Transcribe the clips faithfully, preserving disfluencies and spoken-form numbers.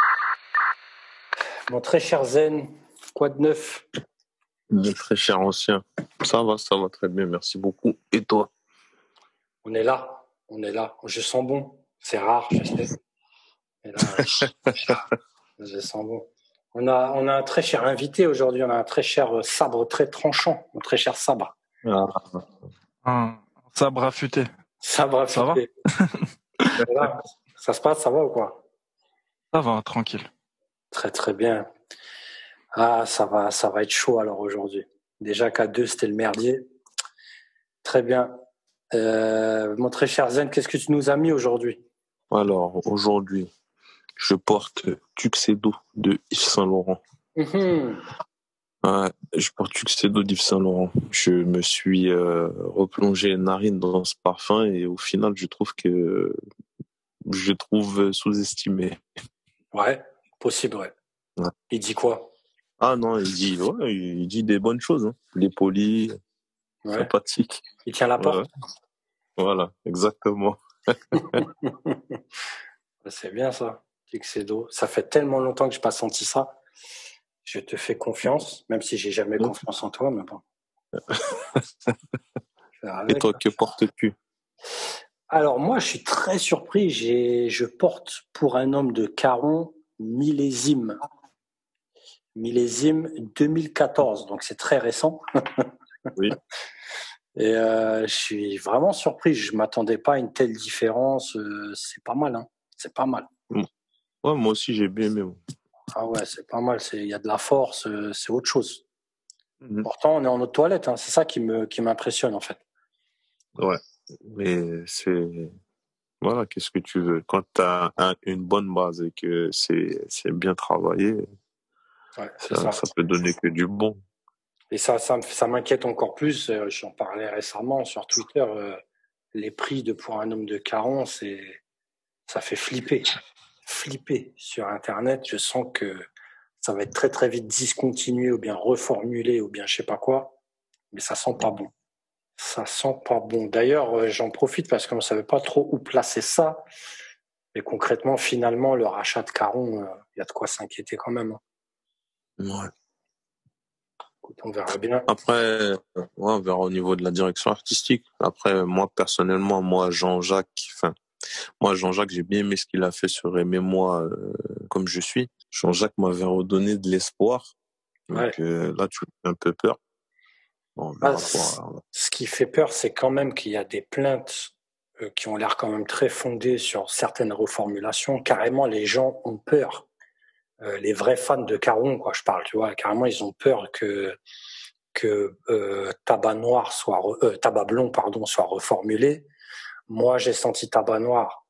Mon très cher Zen, quoi de neuf? Mon très cher ancien. Ça va, ça va très bien, merci beaucoup. Et toi? On est là, on est là. Je sens bon. C'est rare, je sais. Mais là, je sens bon. On a, on a un très cher invité aujourd'hui. On a un très cher sabre très tranchant. Mon très cher sabre. Ah. Un sabre affûté. Sabre affûté. Ça va Ça se passe, ça va ou quoi? Ça va, tranquille. Très très bien. Ah, ça va, ça va être chaud alors aujourd'hui. Déjà qu'à deux, c'était le merdier. Très bien. Euh, mon très cher Zen, qu'est-ce que tu nous as mis aujourd'hui? Alors, aujourd'hui, je porte Tuxedo de Yves Saint Laurent. Mmh. Ouais, je porte Tuxedo d'Yves Saint Laurent. Je me suis euh, replongé les narines dans ce parfum et au final, je trouve que je trouve sous-estimé. Ouais, possible, ouais. Ouais. Il dit quoi? Ah non, il dit, ouais, il dit des bonnes choses. Hein. Il est poli, ouais. sympathique. Il tient la porte. Ouais. Voilà, exactement. C'est bien ça, Tuxedo. Ça fait tellement longtemps que je n'ai pas senti ça. Je te fais confiance, même si j'ai jamais Oui. confiance en toi, mais bon. Et toi, que portes-tu? Alors moi, je suis très surpris. J'ai, je porte pour un homme de Caron millésime. Millésime deux mille quatorze, donc c'est très récent. Oui. Et euh, je suis vraiment surpris. Je m'attendais pas à une telle différence. Euh, c'est pas mal, hein. C'est pas mal. Ouais, moi aussi j'ai bien aimé. Ah ouais, c'est pas mal. C'est, il y a de la force. Euh, c'est autre chose. Mm-hmm. Pourtant, on est en eau de toilette. Hein. C'est ça qui me, qui m'impressionne en fait. Ouais. Mais c'est voilà, qu'est-ce que tu veux? Quand tu as un, une bonne base et que c'est c'est bien travaillé, ouais, c'est ça, ça. ça peut donner que du bon. Et ça, ça, ça m'inquiète encore plus. Euh, j'en parlais récemment sur Twitter. Euh, les prix de pour un homme de Caron, c'est, ça fait flipper, flipper sur Internet. Je sens que ça va être très très vite discontinué ou bien reformulé ou bien je sais pas quoi. Mais ça sent pas bon. Ça sent pas bon. D'ailleurs, euh, j'en profite parce qu'on ne savait pas trop où placer ça. Mais concrètement, finalement, le rachat de Caron, il euh, y a de quoi s'inquiéter quand même. Hein. Ouais. Écoute, on verra bien. Après, ouais, on verra au niveau de la direction artistique. Après, moi personnellement, moi Jean-Jacques, enfin, moi Jean-Jacques, j'ai bien aimé ce qu'il a fait sur Aimez-moi euh, comme je suis. Jean-Jacques m'avait redonné de l'espoir. Donc Ouais. euh, là, tu me fais un peu peur. Bon, on verra Ah, quoi. ce qui fait peur, c'est quand même qu'il y a des plaintes euh, qui ont l'air quand même très fondées sur certaines reformulations. Carrément, les gens ont peur. Euh, les vrais fans de Caron, quoi, je parle, tu vois, carrément, ils ont peur que que euh, tabac noir soit re, euh, tabac blond, pardon, soit reformulé. Moi, j'ai senti tabac noir.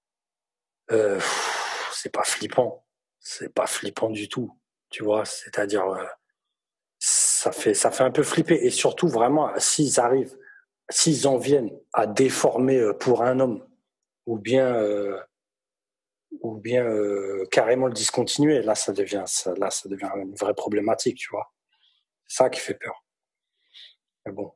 Euh, c'est pas flippant. C'est pas flippant du tout. Tu vois, c'est-à-dire, euh, ça fait ça fait un peu flipper. Et surtout, vraiment, s'ils arrivent s'ils en viennent à déformer pour un homme ou bien euh, ou bien euh, carrément le discontinuer, là ça devient ça, là ça devient une vraie problématique, tu vois. C'est ça qui fait peur. Mais bon,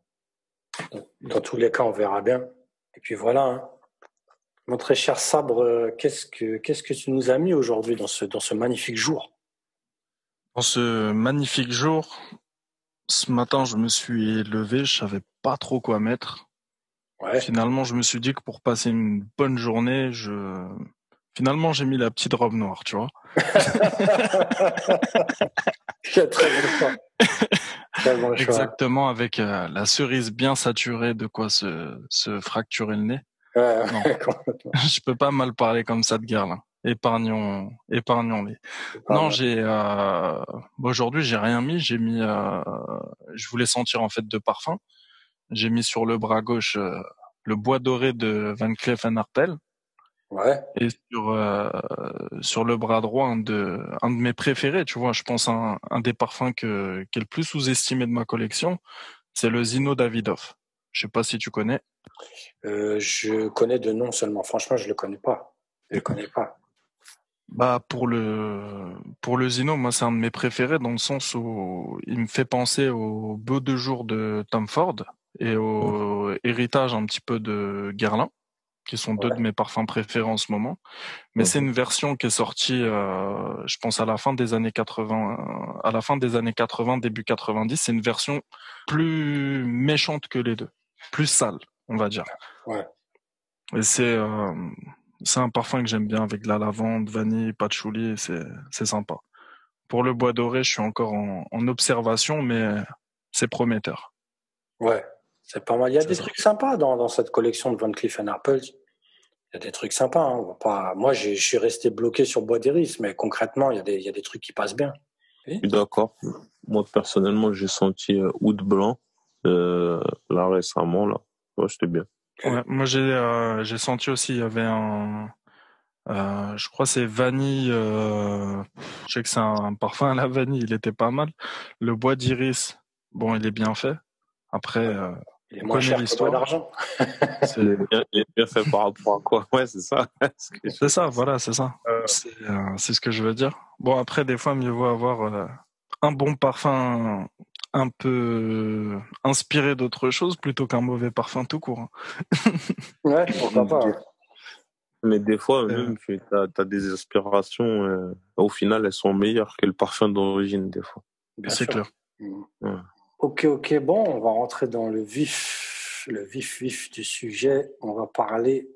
dans tous les cas, on verra bien. Et puis voilà. Hein. Mon très cher Sabre, qu'est-ce que qu'est-ce que tu nous as mis aujourd'hui dans ce dans ce magnifique jour? Dans ce magnifique jour, ce matin, je me suis levé, je savais pas trop quoi mettre. Ouais. Finalement, je me suis dit que pour passer une bonne journée, je finalement j'ai mis la petite robe noire, tu vois. Très bon choix. Très bon choix. Exactement, avec euh, la cerise bien saturée, de quoi se se fracturer le nez. Ouais, non, complètement. je peux pas mal parler comme ça de guerre là. Épargnons, épargnons-les. Non, mal. j'ai euh, aujourd'hui j'ai rien mis. J'ai mis, euh, je voulais sentir en fait de parfum. J'ai mis sur le bras gauche euh, le bois doré de Van Cleef and Arpels. Ouais. Et sur euh, sur le bras droit un de un de mes préférés. Tu vois, je pense un un des parfums que qui est le plus sous-estimé de ma collection, c'est le Zino Davidoff. Je sais pas si tu connais. Euh, je connais de nom seulement. Franchement, je le connais pas. Je le connais pas. Bah pour le pour le Zino, moi c'est un de mes préférés dans le sens où il me fait penser au Beau de jour de Tom Ford et au héritage un petit peu de Guerlain. qui sont deux Ouais. de mes parfums préférés en ce moment. Mais Mhm. c'est une version qui est sortie, euh, je pense à la fin des années quatre-vingts, euh, à la fin des années quatre-vingts, début quatre-vingt-dix. C'est une version plus méchante que les deux, plus sale, on va dire. Ouais. Et c'est euh, c'est un parfum que j'aime bien avec de la lavande, vanille, patchouli. C'est c'est sympa. Pour le bois doré, je suis encore en, en observation, mais c'est prometteur. Ouais. C'est pas mal. Il y a C'est des ça. trucs sympas dans, dans cette collection de Van Cleef and Arpels. Il y a des trucs sympas. Hein. On va pas... Moi, j'ai- je suis resté bloqué sur Bois d'Iris, mais concrètement, il y, a des, il y a des trucs qui passent bien. Je suis d'accord. Moi, personnellement, j'ai senti euh, oud blanc, euh, là, récemment, là. Ouais, c'était bien. Ouais, moi j'ai euh, j'ai senti aussi il y avait un euh, je crois que c'est vanille euh, je sais que c'est un, un parfum à la vanille, il était pas mal. Le bois d'iris, bon, il est bien fait. Après Ouais. euh, Il est on moins connaît cher que Bois l'histoire. d'Argent. C'est Il est bien, il est bien fait par rapport à quoi? Ouais, c'est ça. Ce que je c'est veux ça, dire. voilà, c'est ça. Euh, C'est euh, c'est ce que je veux dire. Bon, après des fois mieux vaut avoir euh, un bon parfum un peu inspiré d'autre chose plutôt qu'un mauvais parfum tout court, hein. Ouais, pourquoi pas. des- Ouais. mais des fois, Euh, même, tu as, des aspirations, euh, au final, elles sont meilleures que le parfum d'origine, des fois. Bien c'est sûr. clair. Mm. Ouais. Ok, ok. Bon, on va rentrer dans le vif, le vif, vif du sujet. On va parler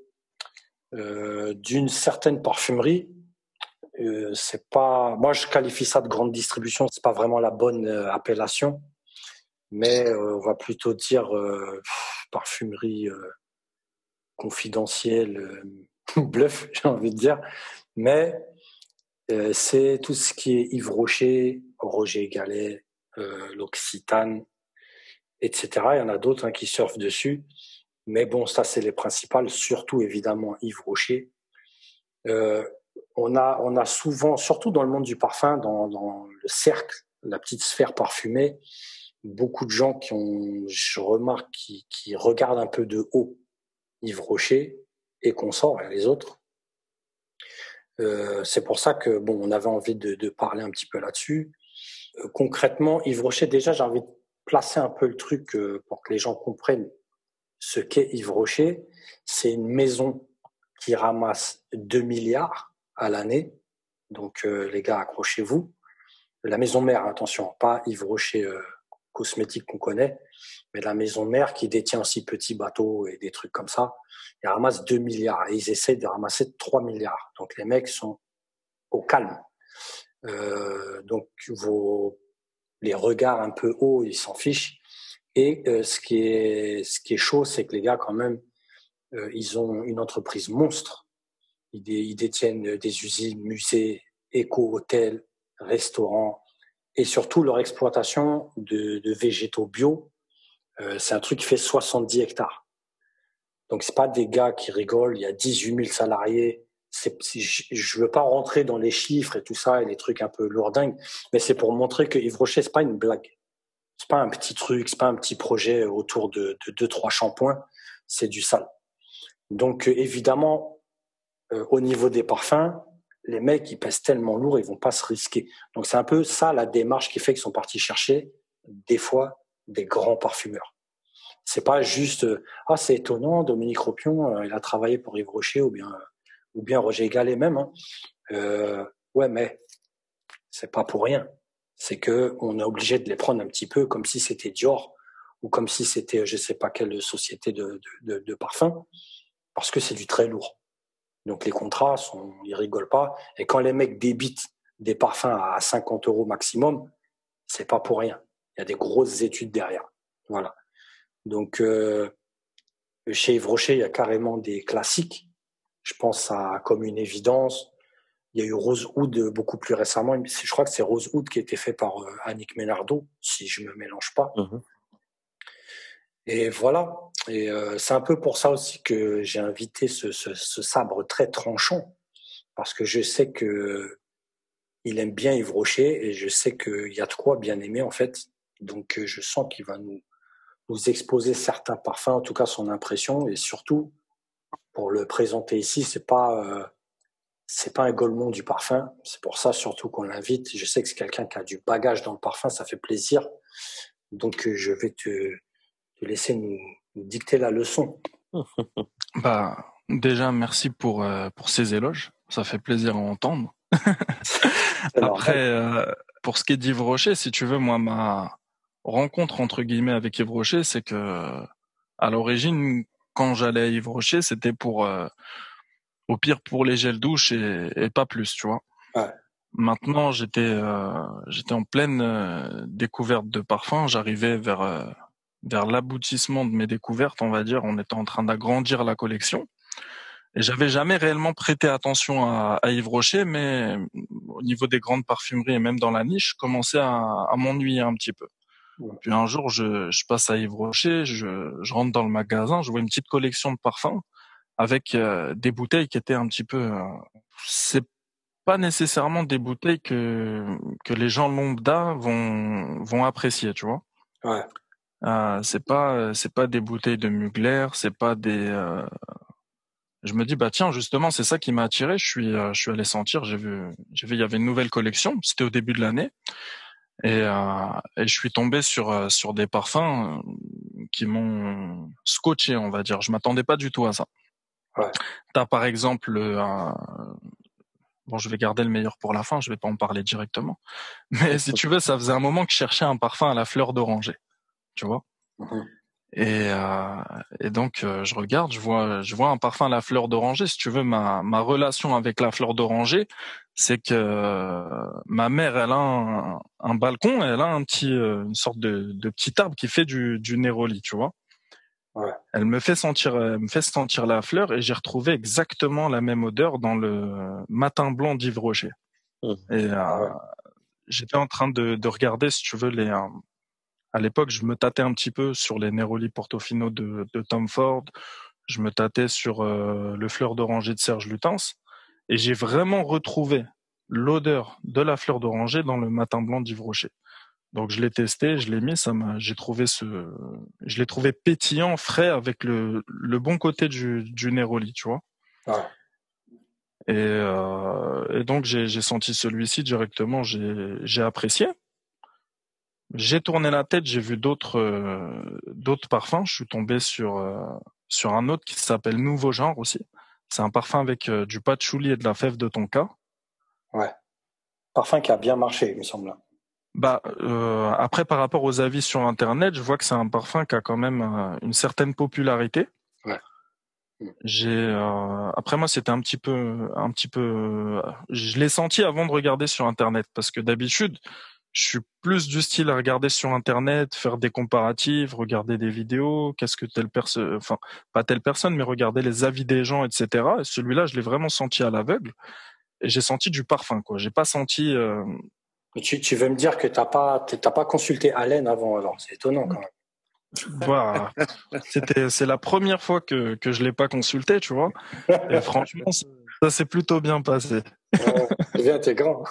euh, d'une certaine parfumerie. Euh, c'est pas, moi, je qualifie ça de grande distribution. C'est pas vraiment la bonne euh, appellation, mais euh, on va plutôt dire euh, pff, parfumerie euh, confidentielle, euh, bluff, j'ai envie de dire. Mais euh, c'est tout ce qui est Yves Rocher, Roger Gallet, euh, l'Occitane, et cetera. Il y en a d'autres hein, qui surfent dessus. Mais bon, ça, c'est les principales, surtout évidemment Yves Rocher. Euh, on, a, on a souvent, surtout dans le monde du parfum, dans, dans le cercle, la petite sphère parfumée, beaucoup de gens qui ont, je remarque, qui, qui regardent un peu de haut Yves Rocher et consorts, et les autres. Euh, c'est pour ça que bon, on avait envie de, de parler un petit peu là-dessus. Euh, concrètement, Yves Rocher, déjà, j'ai envie de placer un peu le truc euh, pour que les gens comprennent ce qu'est Yves Rocher. C'est une maison qui ramasse deux milliards à l'année. Donc, euh, les gars, accrochez-vous. La maison mère, attention, pas Yves Rocher euh, cosmétique qu'on connaît, mais la maison mère qui détient aussi Petit Bateau et des trucs comme ça. Ils ramassent deux milliards et ils essayent de ramasser trois milliards. Donc, les mecs sont au calme. Euh, donc, vos, les regards un peu hauts, ils s'en fichent. Et euh, ce qui est ce qui est chaud, c'est que les gars, quand même, euh, ils ont une entreprise monstre. Ils, dé, ils détiennent des usines, musées, éco-hôtels, restaurants, et surtout leur exploitation de, de végétaux bio. Euh, c'est un truc qui fait soixante-dix hectares. Donc c'est pas des gars qui rigolent. Il y a dix-huit mille salariés. C'est, c'est, je veux pas rentrer dans les chiffres et tout ça et les trucs un peu lourdingues, mais c'est pour montrer que Yves Rocher c'est pas une blague. C'est pas un petit truc, c'est pas un petit projet autour de, de deux trois shampoings. C'est du sale. Donc euh, évidemment, euh, au niveau des parfums, les mecs ils pèsent tellement lourd, ils vont pas se risquer. Donc c'est un peu ça la démarche qui fait qu'ils sont partis chercher des fois des grands parfumeurs. C'est pas juste euh, ah c'est étonnant, Dominique Ropion euh, il a travaillé pour Yves Rocher ou bien euh, ou bien Roger Gallet même. Hein. Euh, ouais mais c'est pas pour rien. C'est que on est obligé de les prendre un petit peu comme si c'était Dior ou comme si c'était je sais pas quelle société de, de, de, de parfum parce que c'est du très lourd. Donc les contrats sont ils rigolent pas et quand les mecs débitent des parfums à cinquante euros maximum, c'est pas pour rien. Il y a des grosses études derrière. Voilà. Donc euh, chez Yves Rocher, il y a carrément des classiques. Je pense à comme une évidence. Il y a eu Rosewood beaucoup plus récemment. Je crois que c'est Rosewood qui a été fait par Annick Ménardo, si je me mélange pas. Mhm. Et voilà. Et euh, c'est un peu pour ça aussi que j'ai invité ce, ce, ce sabre très tranchant, parce que je sais que il aime bien Yves Rocher et je sais qu'il y a de quoi bien aimer en fait. Donc je sens qu'il va nous, nous exposer certains parfums, en tout cas son impression, et surtout pour le présenter ici, c'est pas euh, c'est pas un golemont du parfum. C'est pour ça surtout qu'on l'invite. Je sais que c'est quelqu'un qui a du bagage dans le parfum, ça fait plaisir. Donc euh, je vais te, te laisser nous, nous dicter la leçon. Bah, Déjà, merci pour, euh, pour ces éloges. Ça fait plaisir à entendre. C'est Après, normal. euh, pour ce qui est d'Yves Rocher, si tu veux, moi, ma rencontre, entre guillemets, avec Yves Rocher, c'est que, à l'origine, quand j'allais à Yves Rocher, c'était pour, euh, au pire, pour les gels douche et, et pas plus, tu vois. Ouais. Maintenant, j'étais, euh, j'étais en pleine euh, découverte de parfums. J'arrivais vers, euh, vers l'aboutissement de mes découvertes, on va dire. On était en train d'agrandir la collection. Et j'avais jamais réellement prêté attention à, à Yves Rocher, mais au niveau des grandes parfumeries et même dans la niche, je commençais à, à m'ennuyer un petit peu. Ouais. Puis un jour, je, je passe à Yves Rocher, je, je rentre dans le magasin, je vois une petite collection de parfums avec euh, des bouteilles qui étaient un petit peu... euh, c'est pas nécessairement des bouteilles que que les gens lambda vont vont apprécier, tu vois. Ouais. Euh, c'est pas c'est pas des bouteilles de Mugler, c'est pas des euh, je me dis bah tiens justement c'est ça qui m'a attiré. Je suis euh, je suis allé sentir. J'ai vu j'ai vu il y avait une nouvelle collection. C'était au début de l'année et euh, et je suis tombé sur euh, sur des parfums euh, qui m'ont scotché on va dire. Je m'attendais pas du tout à ça. Ouais. T'as par exemple euh, bon je vais garder le meilleur pour la fin. Je vais pas en parler directement. Mais si tu veux ça faisait un moment que je cherchais un parfum à la fleur d'oranger. Tu vois. Mhm. Et, euh, et donc euh, je regarde, je vois, je vois un parfum à la fleur d'oranger. Si tu veux, ma ma relation avec la fleur d'oranger, c'est que euh, ma mère, elle a un, un balcon, elle a un petit, euh, une sorte de, de petit arbre qui fait du du néroli, tu vois. Ouais. Elle me fait sentir, elle me fait sentir la fleur et j'ai retrouvé exactement la même odeur dans le Matin Blanc d'Yves Rocher. Mhm. Et euh, Ah ouais. j'étais en train de, de regarder, si tu veux, les euh, à l'époque, je me tâtais un petit peu sur les Neroli Portofino de, de Tom Ford. Je me tâtais sur euh, le fleur d'oranger de Serge Lutens. Et j'ai vraiment retrouvé l'odeur de la fleur d'oranger dans le Matin Blanc d'Yves Rocher. Donc je l'ai testé, je l'ai mis, ça m'a, j'ai trouvé ce, je l'ai trouvé pétillant, frais, avec le, le bon côté du, du Neroli, tu vois. Ouais. Et, euh, et donc j'ai, j'ai senti celui-ci directement, j'ai, j'ai apprécié. J'ai tourné la tête, j'ai vu d'autres euh, d'autres parfums. Je suis tombé sur euh, sur un autre qui s'appelle Nouveau Genre aussi. C'est un parfum avec euh, du patchouli et de la fève de tonka. Ouais. Parfum qui a bien marché, il me semble. Bah euh, après par rapport aux avis sur internet, je vois que c'est un parfum qui a quand même euh, une certaine popularité. Ouais. Mm. J'ai euh, après moi c'était un petit peu un petit peu euh, je l'ai senti avant de regarder sur internet parce que d'habitude je suis plus du style à regarder sur internet, faire des comparatifs, regarder des vidéos, qu'est-ce que telle personne, enfin pas telle personne, mais regarder les avis des gens, et cetera. Et celui-là, je l'ai vraiment senti à l'aveugle et j'ai senti du parfum, quoi. J'ai pas senti. Euh... Mais tu, tu veux me dire que t'as pas, t'as pas consulté Allen avant, alors c'est étonnant quand même. Voilà. C'était, c'est la première fois que que je l'ai pas consulté, tu vois. Et franchement, ça, ça s'est plutôt bien passé. Ouais. C'est bien, t'es grand.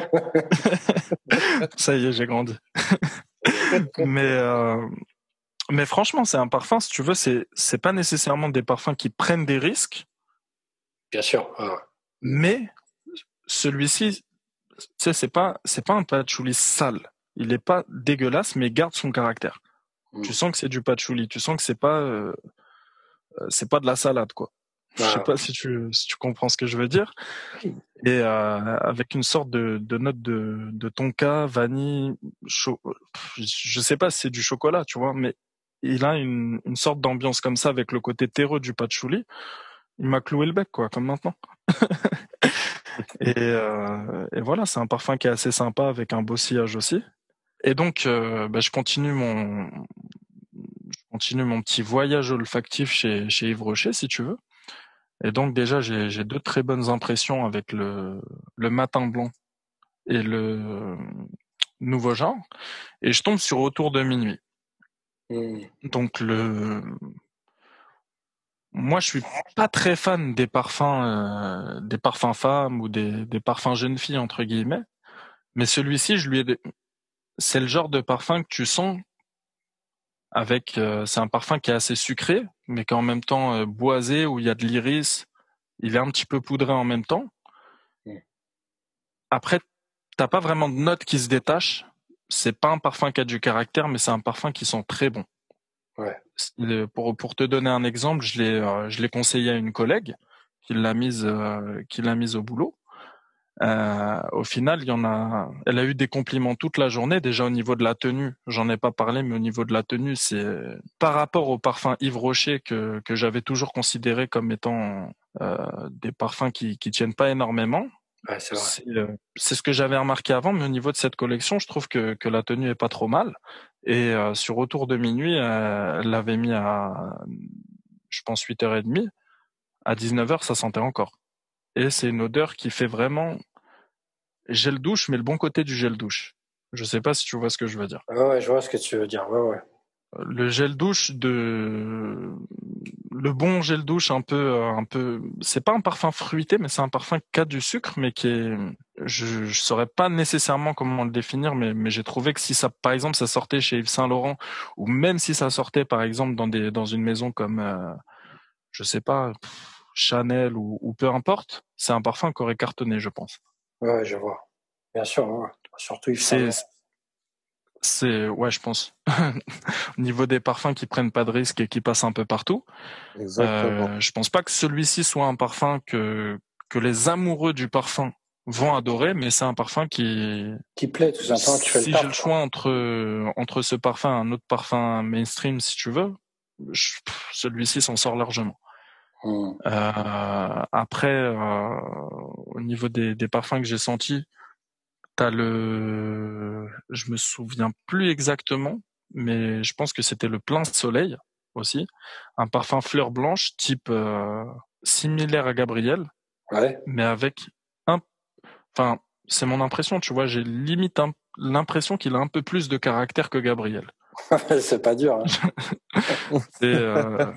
Ça y est, j'ai grandi. Mais euh, mais franchement, c'est un parfum. Si tu veux, c'est c'est pas nécessairement des parfums qui prennent des risques. Bien sûr. Ouais. Mais celui-ci, tu sais, c'est pas, c'est pas un patchouli sale. Il est pas dégueulasse, mais il garde son caractère. Tu Mm. sens que c'est du patchouli. Tu sens que c'est pas, euh, c'est pas de la salade, quoi. Je sais Ouais. pas si tu, si tu comprends ce que je veux dire. Et euh, avec une sorte de, de note de, de tonka, vanille, chaud. Je sais pas si c'est du chocolat, tu vois, mais il a une, une sorte d'ambiance comme ça avec le côté terreux du patchouli. Il m'a cloué le bec, quoi, comme maintenant. Et, euh, et voilà, c'est un parfum qui est assez sympa avec un beau sillage aussi. Et donc, euh, bah, je continue mon, je continue mon petit voyage olfactif chez, chez Yves Rocher, si tu veux. Et donc déjà, j'ai, j'ai deux très bonnes impressions avec le, le Matin Blanc et le Nouveau Genre. Et je tombe sur Autour de minuit. Mm. Donc le, moi, je suis pas très fan des parfums, euh, des parfums femmes ou des, des parfums jeunes filles entre guillemets. Mais celui-ci, je lui ai, c'est le genre de parfum que tu sens avec, euh, c'est un parfum qui est assez sucré, mais qui est en même temps euh, boisé, où il y a de l'iris. Il est un petit peu poudré en même temps. Mm. Après, t'as pas vraiment de notes qui se détachent. C'est pas un parfum qui a du caractère, mais c'est un parfum qui sent très bon. Ouais. Pour, pour te donner un exemple, je l'ai, euh, je l'ai conseillé à une collègue qui l'a mise, euh, qui l'a mise au boulot. Euh, au final, il y en a, elle a eu des compliments toute la journée. Déjà au niveau de la tenue, j'en ai pas parlé, mais au niveau de la tenue, c'est par rapport au parfum Yves Rocher que que j'avais toujours considéré comme étant euh, des parfums qui qui tiennent pas énormément. Ouais, c'est vrai. C'est, euh, c'est ce que j'avais remarqué avant, mais au niveau de cette collection, je trouve que que la tenue est pas trop mal. Et euh, sur Autour de minuit, euh, elle l'avait mis à, je pense huit heures trente. À dix-neuf heures, ça sentait encore. Et c'est une odeur qui fait vraiment gel douche, mais le bon côté du gel douche. Je sais pas si tu vois ce que je veux dire. Ouais, ouais, je vois ce que tu veux dire. Ouais, ouais. Le gel douche de, le bon gel douche un peu, un peu, c'est pas un parfum fruité, mais c'est un parfum qui a du sucre, mais qui est, je, je saurais pas nécessairement comment le définir, mais, mais j'ai trouvé que si ça, par exemple, ça sortait chez Yves Saint Laurent, ou même si ça sortait, par exemple, dans des, dans une maison comme, euh, je sais pas, pff, Chanel ou, ou peu importe, c'est un parfum qui aurait cartonné, je pense. Ouais, ouais, je vois. Bien sûr, ouais. Surtout Yves Saint C'est, Laurent. c'est, ouais, je pense. Au niveau des parfums qui prennent pas de risques et qui passent un peu partout, Exactement. euh, je pense pas que celui-ci soit un parfum que que les amoureux du parfum vont adorer, mais c'est un parfum qui, Qui plaît, tout simplement, qui fait le si j'ai le taf, quoi. choix entre entre ce parfum et un autre parfum mainstream, si tu veux, je, pff, celui-ci s'en sort largement. Hmm. Euh, après, euh, au niveau des, des parfums que j'ai sentis, t'as le, je me souviens plus exactement, mais je pense que c'était le Plein Soleil aussi, un parfum fleur blanche type euh, similaire à Gabriel, Ouais. mais avec un, enfin, c'est mon impression, tu vois, j'ai limite un- l'impression qu'il a un peu plus de caractère que Gabriel. C'est pas dur, hein. C'est euh,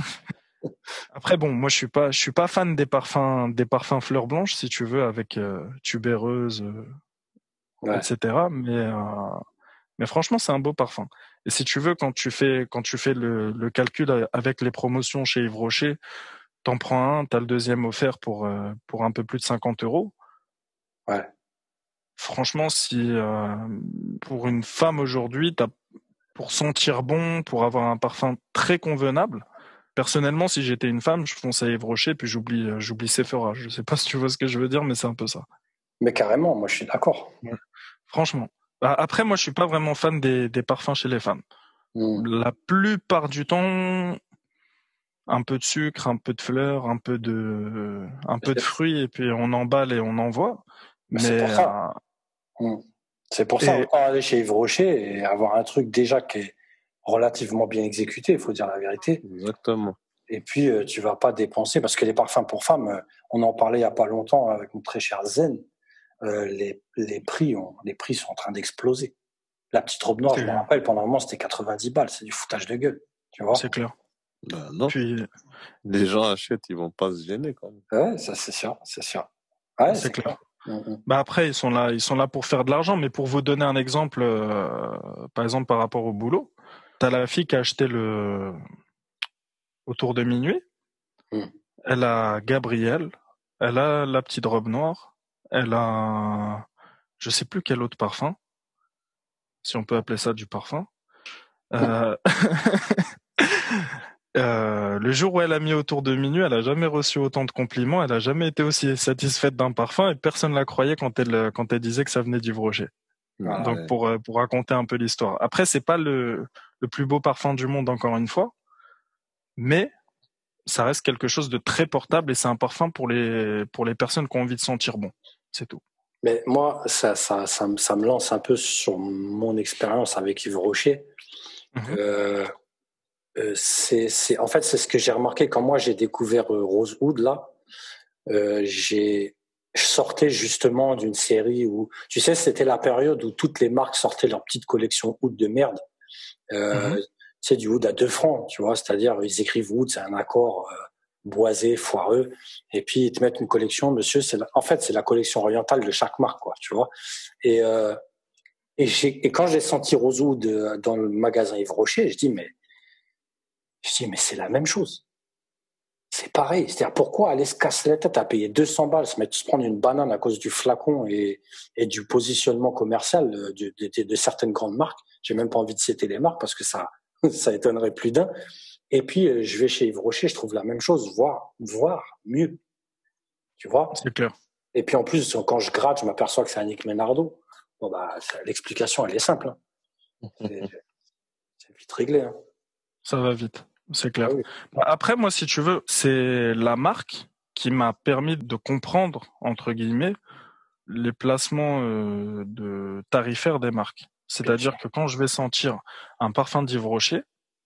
après bon, moi je suis pas, je suis pas fan des parfums, des parfums fleur blanche si tu veux, avec euh, tubéreuse, euh, Ouais. et cetera. Mais euh, Mais franchement, c'est un beau parfum. Et si tu veux, quand tu fais, quand tu fais le, le calcul avec les promotions chez Yves Rocher, t'en prends un, t'as le deuxième offert pour, euh, pour un peu plus de cinquante euros. Ouais. Franchement, si, euh, pour une femme aujourd'hui, t'as, pour sentir bon, pour avoir un parfum très convenable, personnellement, si j'étais une femme, je fonce à Yves Rocher, puis j'oublie, euh, j'oublie Sephora. Je sais pas si tu vois ce que je veux dire, mais c'est un peu ça. Mais carrément, moi, je suis d'accord. Ouais. Franchement. Bah, après, moi, je suis pas vraiment fan des, des parfums chez les femmes. Hmm. La plupart du temps, un peu de sucre, un peu de fleurs, un peu de, un peu de C'est fruits, et puis on emballe et on envoie. mais c'est Mais pour ça. euh, Hmm. C'est pour ça, et autant aller chez Yves Rocher et avoir un truc déjà qui est relativement bien exécuté, il faut dire la vérité. Exactement. Et puis, euh, tu vas pas dépenser, parce que les parfums pour femmes, euh, on en parlait il y a pas longtemps avec mon très cher Zen, euh, les, les prix ont, les prix sont en train d'exploser. La petite robe noire, je c'est, me rappelle, pendant un moment, c'était quatre-vingt-dix balles. C'est du foutage de gueule, tu vois. c'est clair. Ben non. Puis Les gens achètent, ils vont pas se gêner quand même. Ouais, ça, c'est sûr, c'est sûr. Ouais, c'est c'est clair. clair. Mhm. Bah après, ils sont là, ils sont là pour faire de l'argent. Mais pour vous donner un exemple, euh, par exemple par rapport au boulot, t'as la fille qui a acheté le Autour de minuit. Mhm. Elle a Gabrielle, elle a la petite robe noire, elle a, je sais plus quel autre parfum, si on peut appeler ça du parfum. Euh... euh, le jour où elle a mis Autour de minuit, elle a jamais reçu autant de compliments, elle a jamais été aussi satisfaite d'un parfum et personne la croyait quand elle quand elle disait que ça venait d'Yves Rocher. Donc Ouais. pour euh, pour raconter un peu l'histoire. Après c'est pas le le plus beau parfum du monde encore une fois, mais ça reste quelque chose de très portable et c'est un parfum pour les pour les personnes qui ont envie de sentir bon. C'est tout. Mais moi, ça, ça, ça, me- ça me lance un peu sur mon expérience avec Yves Rocher. Mhm. Euh, euh, c'est, c'est, en fait, c'est ce que j'ai remarqué quand moi j'ai découvert euh, Rosewood là. Euh, j'ai, je sortais justement d'une série où, tu sais, c'était la période où toutes les marques sortaient leur petite collection Oud de merde. Euh, Mhm. tu sais, du Oud à deux francs, tu vois, c'est-à-dire ils écrivent Oud, c'est un accord euh, boisé, foireux, et puis ils te mettent une collection, monsieur, c'est la, en fait c'est la collection orientale de chaque marque, quoi, tu vois. Et euh, et, j'ai, et quand j'ai senti Rosewood euh, dans le magasin Yves Rocher, je dis mais, je dis mais c'est la même chose. C'est pareil. C'est-à-dire, pourquoi aller se casser la tête à payer deux cents balles, se mettre, se prendre une banane à cause du flacon et, et du positionnement commercial de, de, de, de certaines grandes marques. J'ai même pas envie de citer les marques parce que ça, Ça étonnerait plus d'un. Et puis, euh, je vais chez Yves Rocher, je trouve la même chose, voire, voire mieux. Tu vois? C'est clair. Et puis, en plus, quand je gratte, je m'aperçois que c'est Annick Menardo. Bon, bah, ça, l'explication, elle est simple. Hein. C'est, c'est vite réglé. Hein. Ça va vite, c'est clair. Ah oui. Après, moi, si tu veux, c'est la marque qui m'a permis de comprendre, entre guillemets, les placements euh, de tarifaires des marques. C'est-à-dire que quand je vais sentir un parfum d'Yves Rocher,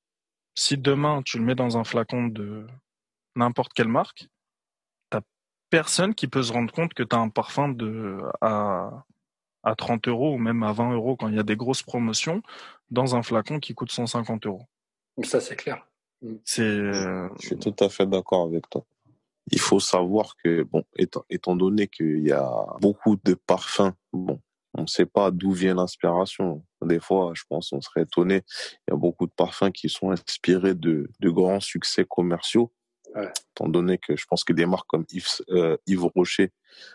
si demain tu le mets dans un flacon de n'importe quelle marque, t'as personne qui peut se rendre compte que t'as un parfum de à à trente euros ou même à vingt euros quand il y a des grosses promotions dans un flacon qui coûte cent cinquante euros. Ça, c'est clair. C'est. Euh... Je suis tout à fait d'accord avec toi. Il faut savoir que, bon, étant, étant donné qu'il y a beaucoup de parfums, bon, on ne sait pas d'où vient l'inspiration. Des fois, je pense, on serait étonné. Il y a beaucoup de parfums qui sont inspirés de, de grands succès commerciaux. Ouais. Étant donné que je pense que des marques comme Yves, euh, Yves Rocher,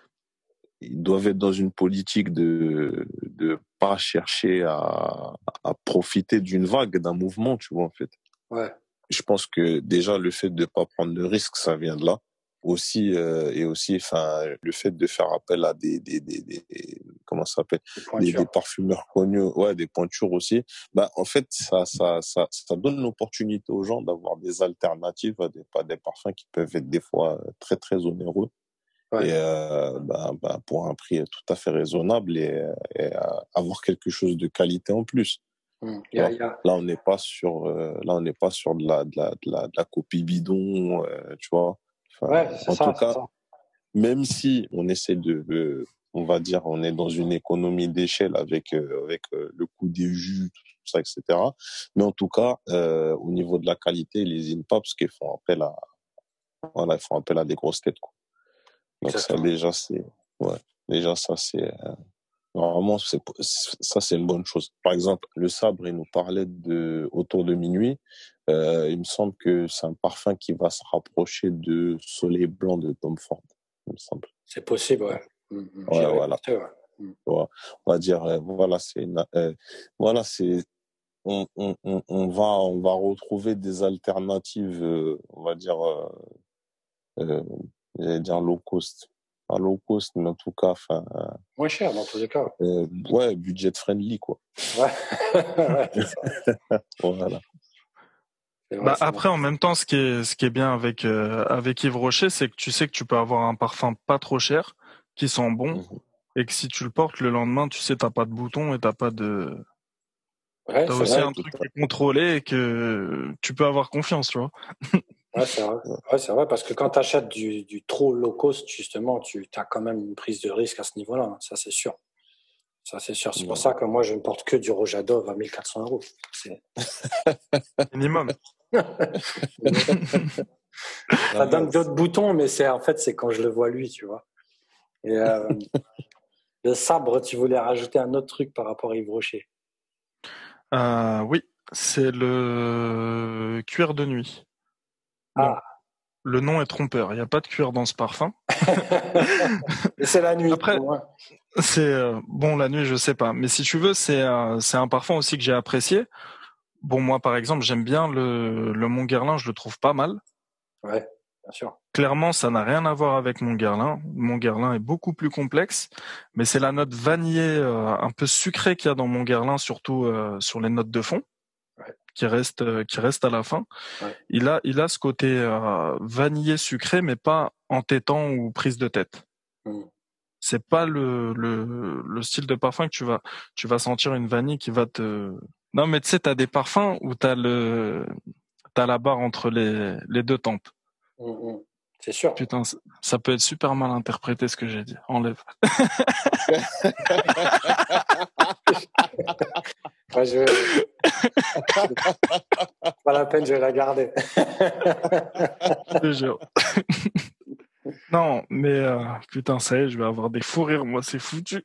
ils doivent être dans une politique de de pas chercher à, à profiter d'une vague, d'un mouvement, tu vois, en fait. Ouais. Je pense que déjà le fait de pas prendre de risques, ça vient de là. Aussi euh, et aussi, enfin, le fait de faire appel à des des des, des comment ça s'appelle, des, des parfumeurs connus, ouais, des pointures aussi. Bah, en fait, ça ça ça ça donne l'opportunité aux gens d'avoir des alternatives à des pas des parfums qui peuvent être des fois très très onéreux. Ouais. Et euh, bah, bah, pour un prix tout à fait raisonnable et, et euh, avoir quelque chose de qualité en plus. Mmh. Yeah, yeah. Là, on n'est pas sur, euh, là, on n'est pas sur de la, de la, de la, de la copie bidon, euh, tu vois. Enfin, ouais, c'est en ça, tout cas, ça. même si on essaie de, de, on va dire, on est dans une économie d'échelle avec euh, avec euh, le coût des jus, tout ça, et cetera. Mais en tout cas, euh, au niveau de la qualité, les INPAPS qui font appel à, voilà, ils font appel à des grosses têtes, quoi. Donc Exactement. Ça déjà c'est ouais déjà ça c'est euh, normalement c'est ça c'est une bonne chose. Par exemple le Sabre il nous parlait de autour de minuit, euh, il me semble que c'est un parfum qui va se rapprocher de Soleil Blanc de Tom Ford, il me semble. C'est possible ouais. Mmh, mmh. Ouais voilà. Écouté, ouais. Mmh. Ouais, on va dire euh, voilà c'est une, euh, voilà c'est on, on on on va on va retrouver des alternatives euh, on va dire euh, euh, j'allais dire low cost. Pas low cost, mais en tout cas, enfin. Euh, moins cher dans tous les cas. Euh, ouais, budget friendly, quoi. Ouais, ouais c'est ça. Voilà. C'est vrai, bah, c'est après, vrai. En même temps, ce qui est, ce qui est bien avec, euh, avec Yves Rocher, c'est que tu sais que tu peux avoir un parfum pas trop cher, qui sent bon, mmh. et que si tu le portes le lendemain, tu sais, t'as pas de boutons et t'as pas de. Ouais, t'as aussi vrai, un truc qui est contrôlé et que tu peux avoir confiance, tu vois. Ouais, c'est vrai. Ouais, c'est vrai, parce que quand tu achètes du, du trop low cost, justement, tu as quand même une prise de risque à ce niveau-là. Hein. Ça, c'est sûr. Ça, c'est sûr. C'est ouais. pour ça que moi, je ne porte que du Rouge à Dove à mille quatre cents euros. C'est minimum. Ça donne d'autres boutons, mais c'est en fait, c'est quand je le vois lui, tu vois. Et euh, le Sabre, tu voulais rajouter un autre truc par rapport à Yves Rocher. Euh, oui, c'est le cuir de nuit. Bon, ah. Le nom est trompeur. Il n'y a pas de cuir dans ce parfum. Et c'est la nuit. Après, c'est euh, bon la nuit, je sais pas. Mais si tu veux, c'est euh, c'est un parfum aussi que j'ai apprécié. Bon, moi par exemple, j'aime bien le le Mont Guerlain. Je le trouve pas mal. Ouais, bien sûr. Clairement, ça n'a rien à voir avec Mont Guerlain. Mont Guerlain est beaucoup plus complexe, mais c'est la note vanillée euh, un peu sucrée qu'il y a dans Mont Guerlain, surtout euh, sur les notes de fond. Ouais. qui reste euh, qui reste à la fin. Ouais. Il a il a ce côté euh, vanillé sucré, mais pas entêtant ou prise de tête. Mmh. C'est pas le, le le style de parfum que tu vas tu vas sentir une vanille qui va te. Non mais tu sais t'as des parfums où t'as le t'as la barre entre les les deux tempes. Mmh. C'est sûr. Putain, ça peut être super mal interprété ce que j'ai dit. Enlève. Ouais, je vais... Pas la peine, je vais la garder. Je te jure. Non, mais euh, putain, ça y est, je vais avoir des fous rires, moi, c'est foutu.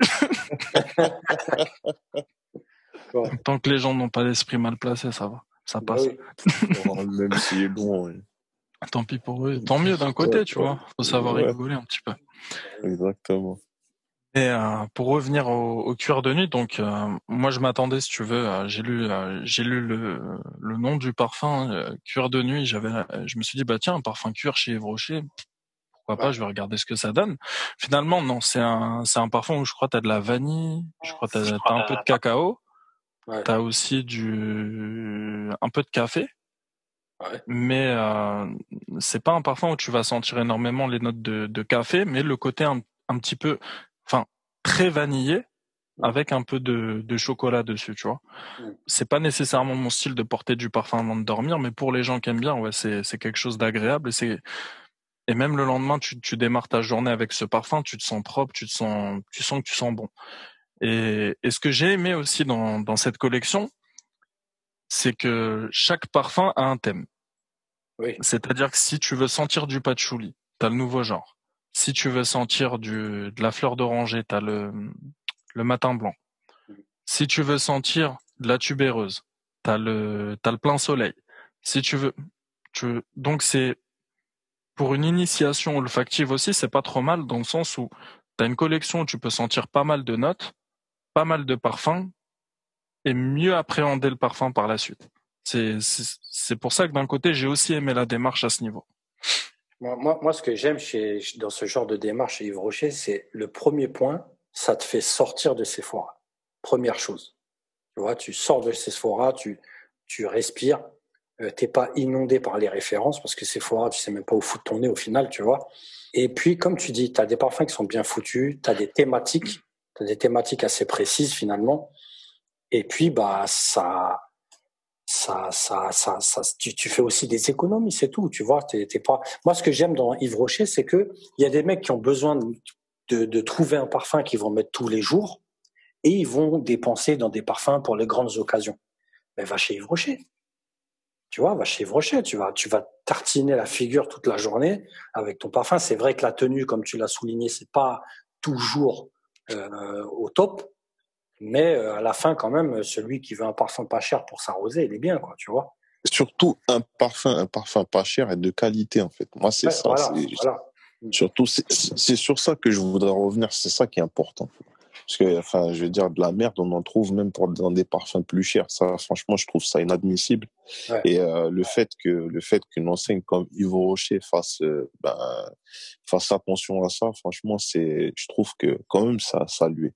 Bon. Tant que les gens n'ont pas l'esprit mal placé, ça va, ça passe. Bah oui. Même s'il est bon. Oui. Tant pis pour eux. Tant mieux d'un côté, ouais, tu ouais. vois. Faut savoir ouais. rigoler un petit peu. Exactement. Et euh, pour revenir au, au cuir de nuit, donc euh, moi je m'attendais, si tu veux, euh, j'ai lu, euh, j'ai lu le, le nom du parfum, euh, cuir de nuit. J'avais, euh, je me suis dit bah tiens, un parfum cuir chez Yves Rocher, pourquoi pas, Ouais. je vais regarder ce que ça donne. Finalement non, c'est un, c'est un parfum où je crois t'as de la vanille, je crois t'as, t'as un peu de cacao, Ouais. t'as aussi du, un peu de café, Ouais. mais euh, c'est pas un parfum où tu vas sentir énormément les notes de, de café, mais le côté un, un petit peu, enfin très vanillé Mm. avec un peu de, de chocolat dessus, tu vois. Mm. C'est pas nécessairement mon style de porter du parfum avant de dormir, mais pour les gens qui aiment bien, ouais, c'est, c'est quelque chose d'agréable et c'est, et même le lendemain, tu, tu démarres ta journée avec ce parfum, tu te sens propre, tu te sens, tu sens que tu sens bon. Et, et ce que j'ai aimé aussi dans, dans cette collection, c'est que chaque parfum a un thème. Oui. C'est-à-dire que si tu veux sentir du patchouli, t'as le nouveau genre. Si tu veux sentir du, de la fleur d'oranger, t'as le, le matin blanc. Mm. Si tu veux sentir de la tubéreuse, t'as le, t'as le plein soleil. Si tu veux, tu, donc c'est, pour une initiation olfactive aussi, c'est pas trop mal dans le sens où t'as une collection où tu peux sentir pas mal de notes, pas mal de parfums et mieux appréhender le parfum par la suite. C'est, c'est, c'est pour ça que d'un côté, j'ai aussi aimé la démarche à ce niveau. Moi, moi, moi, ce que j'aime chez, dans ce genre de démarche chez Yves Rocher, c'est le premier point, ça te fait sortir de Sephora. Première chose. Tu vois, tu sors de Sephora, tu, tu respires, euh, t'es pas inondé par les références parce que Sephora, tu sais même pas où foutre ton nez au final, tu vois. Et puis, comme tu dis, tu as des parfums qui sont bien foutus, tu as des thématiques, tu as des thématiques assez précises finalement. Et puis, bah, ça, ça, ça, ça, ça, tu, tu fais aussi des économies, c'est tout, tu vois. T'es, t'es pas. Moi, ce que j'aime dans Yves Rocher, c'est que il y a des mecs qui ont besoin de, de, de trouver un parfum qu'ils vont mettre tous les jours et ils vont dépenser dans des parfums pour les grandes occasions. Mais va chez Yves Rocher, tu vois, va chez Yves Rocher, tu vas, tu vas tartiner la figure toute la journée avec ton parfum. C'est vrai que la tenue, comme tu l'as souligné, c'est pas toujours euh, au top, mais euh, à la fin, quand même, celui qui veut un parfum pas cher pour s'arroser, il est bien, quoi, tu vois. Surtout un parfum, un parfum pas cher et de qualité, en fait. Moi, c'est Ouais, ça. voilà, C'est voilà. surtout, c'est c'est sur ça que je voudrais revenir. C'est ça qui est important. Parce que, enfin, je veux dire, de la merde, on en trouve même pour dans des parfums plus chers. Ça, franchement, je trouve ça inadmissible. Ouais. Et euh, le fait que le fait qu'une enseigne comme Yves Rocher fasse euh, ben, fasse attention à ça, franchement, c'est, je trouve que quand même ça ça lui.